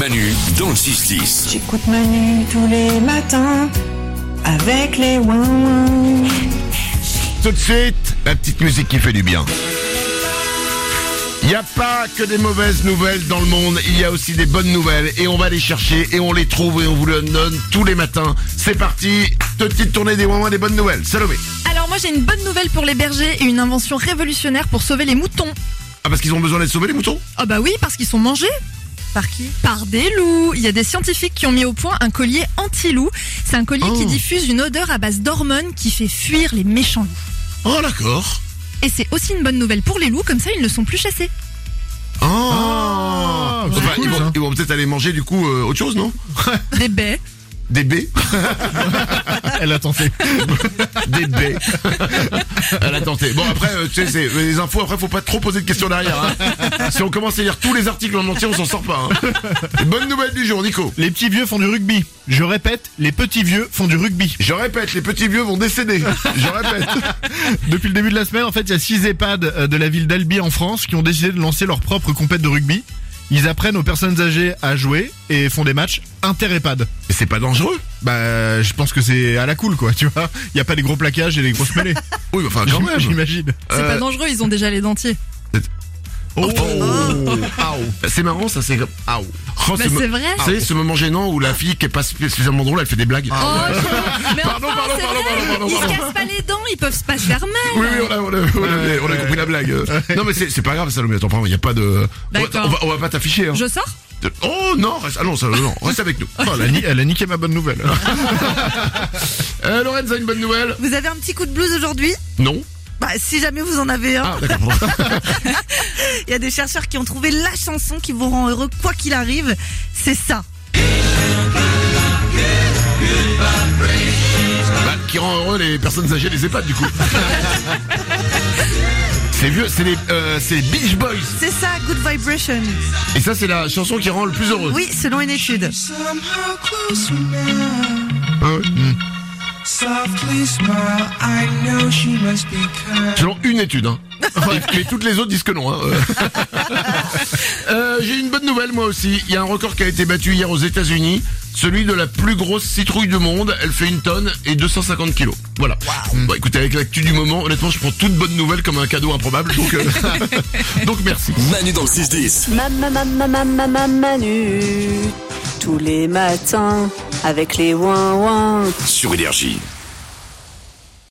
Manu dans le 6-10. J'écoute Manu tous les matins avec les ouin-ouin. Tout de suite, la petite musique qui fait du bien. Il n'y a pas que des mauvaises nouvelles dans le monde, il y a aussi des bonnes nouvelles et on va les chercher et on les trouve et on vous les donne tous les matins. C'est parti, petite tournée des ouin-ouin des bonnes nouvelles. Salomé. Alors moi j'ai une bonne nouvelle pour les bergers et une invention révolutionnaire pour sauver les moutons. Ah, parce qu'ils ont besoin d'être sauvés les moutons? Ah bah oui, parce qu'ils sont mangés. Par qui? Par des loups. Il y a des scientifiques qui ont mis au point un collier anti-loup. C'est un collier qui diffuse une odeur à base d'hormones qui fait fuir les méchants loups. Oh d'accord. Et c'est aussi une bonne nouvelle pour les loups, comme ça ils ne sont plus chassés. Oh, c'est enfin, cool, ils vont peut-être aller manger du coup autre chose, non? Des baies. Des baies. Elle a tenté. Des baies. Elle a tenté. Bon après, tu sais, c'est les infos, après faut pas trop poser de questions derrière. Hein. Si on commence à lire tous les articles en entier, on s'en sort pas. Hein. Bonne nouvelle du jour, Nico. Les petits vieux font du rugby. Je répète, les petits vieux font du rugby. Je répète, les petits vieux vont décéder. Je répète. Depuis le début de la semaine, en fait, il y a 6 EHPAD de la ville d'Albi en France qui ont décidé de lancer leur propre compète de rugby. Ils apprennent aux personnes âgées à jouer et font des matchs inter-EHPAD. Mais c'est pas dangereux? Bah, je pense que c'est à la cool, quoi, tu vois. Il y a pas des gros plaquages et des grosses mêlées. Oui, enfin quand même. J'imagine. C'est pas dangereux, ils ont déjà les dentiers. Oh. C'est marrant, ça c'est comme. Oh, Bah c'est vrai. Vous savez, ce moment gênant où la fille qui est pas suffisamment drôle, elle fait des blagues. Oh, mais Pardon, enfin, pardon, c'est pardon, vrai. pardon, Ils se pardon. cassent pas les dents, ils peuvent pas se faire mal. Oui, on a compris la blague. Non mais c'est pas grave, Salomé, attends, il y a pas de. D'accord. On va pas t'afficher. Hein. Je sors? Oh non, reste, non, reste avec nous. Oh, elle a niqué ma bonne nouvelle. Lorenz a une bonne nouvelle? Vous avez un petit coup de blues aujourd'hui? Non. Bah, si jamais vous en avez un. Ah d'accord. Il y a des chercheurs qui ont trouvé la chanson qui vous rend heureux quoi qu'il arrive. C'est ça. Bah, qui rend heureux les personnes âgées des EHPAD du coup. C'est vieux, c'est les Beach Boys. C'est ça, Good Vibration. Et ça c'est la chanson qui rend le plus heureux. Oui, selon une étude. Ah ouais. Selon une étude, hein. Mais toutes les autres disent que non. Hein. J'ai une bonne nouvelle moi aussi. Il y a un record qui a été battu hier aux États-Unis, celui de la plus grosse citrouille du monde. Elle fait 1 tonne et 250 kilos. Voilà. Wow. Bon, écoutez, avec l'actu du moment, honnêtement, je prends toute bonne nouvelle comme un cadeau improbable. Donc, donc merci. Manu dans le 6-10. Manu, tous les matins avec les ouin-ouin. Sur Énergie.